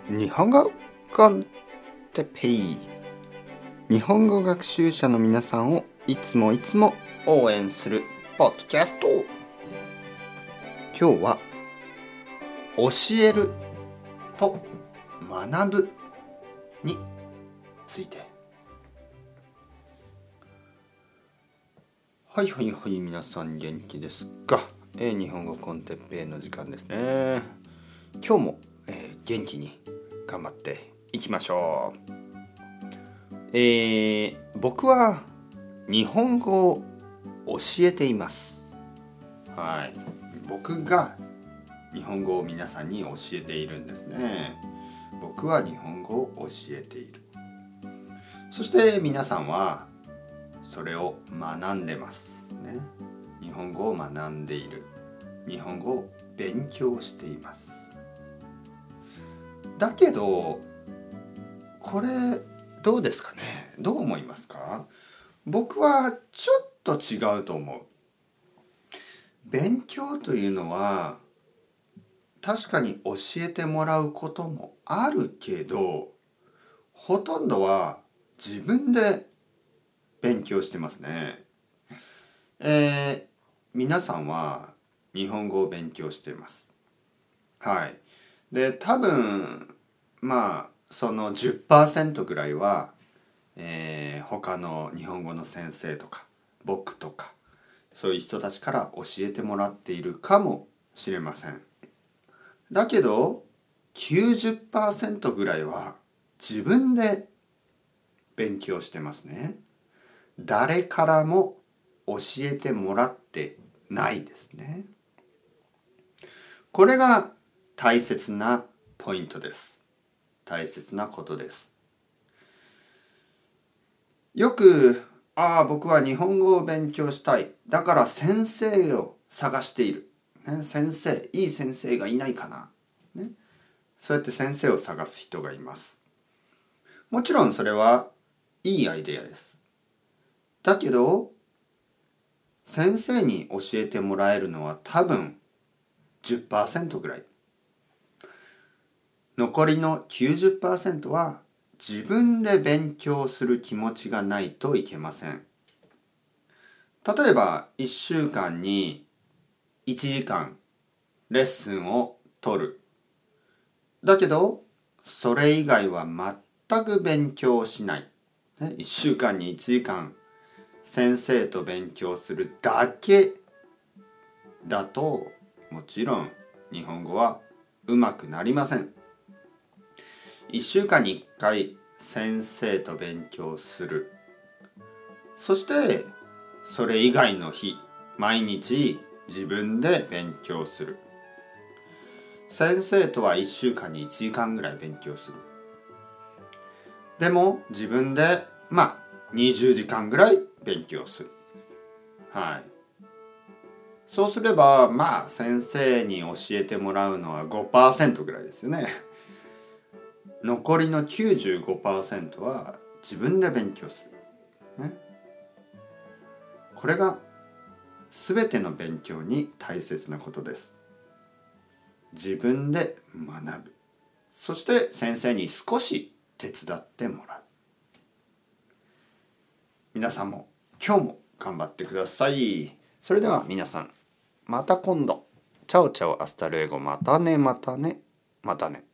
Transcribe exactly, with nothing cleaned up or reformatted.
日本語コンテペイ。日本語学習者の皆さんをいつもいつも応援するポッドキャスト。今日は教えると学ぶについて。はいはいはい、皆さん元気ですか？えー、日本語コンテッペイの時間ですね。今日も、えー、元気に頑張っていきましょう。えー、僕は日本語を教えています。はい、僕が日本語を皆さんに教えているんですね。僕は日本語を教えている。そして皆さんはそれを学んでますね。日本語を学んでいる。日本語を勉強しています。だけどこれどうですかね？どう思いますか？僕はちょっと違うと思う。勉強というのは確かに教えてもらうこともあるけど、ほとんどは自分で勉強してますね。えー、皆さんは日本語を勉強しています。はい。で、多分まあその じゅっパーセント ぐらいは、えー、他の日本語の先生とか僕とかそういう人たちから教えてもらっているかもしれません。だけど きゅうじゅっパーセント ぐらいは自分で勉強してますね。誰からも教えてもらってないですね。これが大切なポイントです。大切なことです。よく、ああ、僕は日本語を勉強したい。だから先生を探している。ね、先生、いい先生がいないかな、ね。そうやって先生を探す人がいます。もちろんそれはいいアイデアです。だけど、先生に教えてもらえるのは多分 じゅっパーセント ぐらい。残りの きゅうじゅっパーセント は自分で勉強する気持ちがないといけません。例えばいっしゅうかんにいちじかんレッスンを取る。だけどそれ以外は全く勉強しない。いっしゅうかんにいちじかん先生と勉強するだけだと、もちろん日本語はうまくなりません。いっしゅうかんにいっかい先生と勉強する。そしてそれ以外の日、毎日自分で勉強する。先生とはいっしゅうかんにいちじかんぐらい勉強する。でも自分でまあにじゅうじかんぐらい勉強する。はい。そうすればまあ先生に教えてもらうのは ごパーセント ぐらいですよね。残りの きゅうじゅうごパーセント は自分で勉強する、ね。これが全ての勉強に大切なことです。自分で学ぶ。そして先生に少し手伝ってもらう。皆さんも今日も頑張ってください。それでは皆さん、また今度。チャオチャオアスタルエゴ。またねまたねまたね。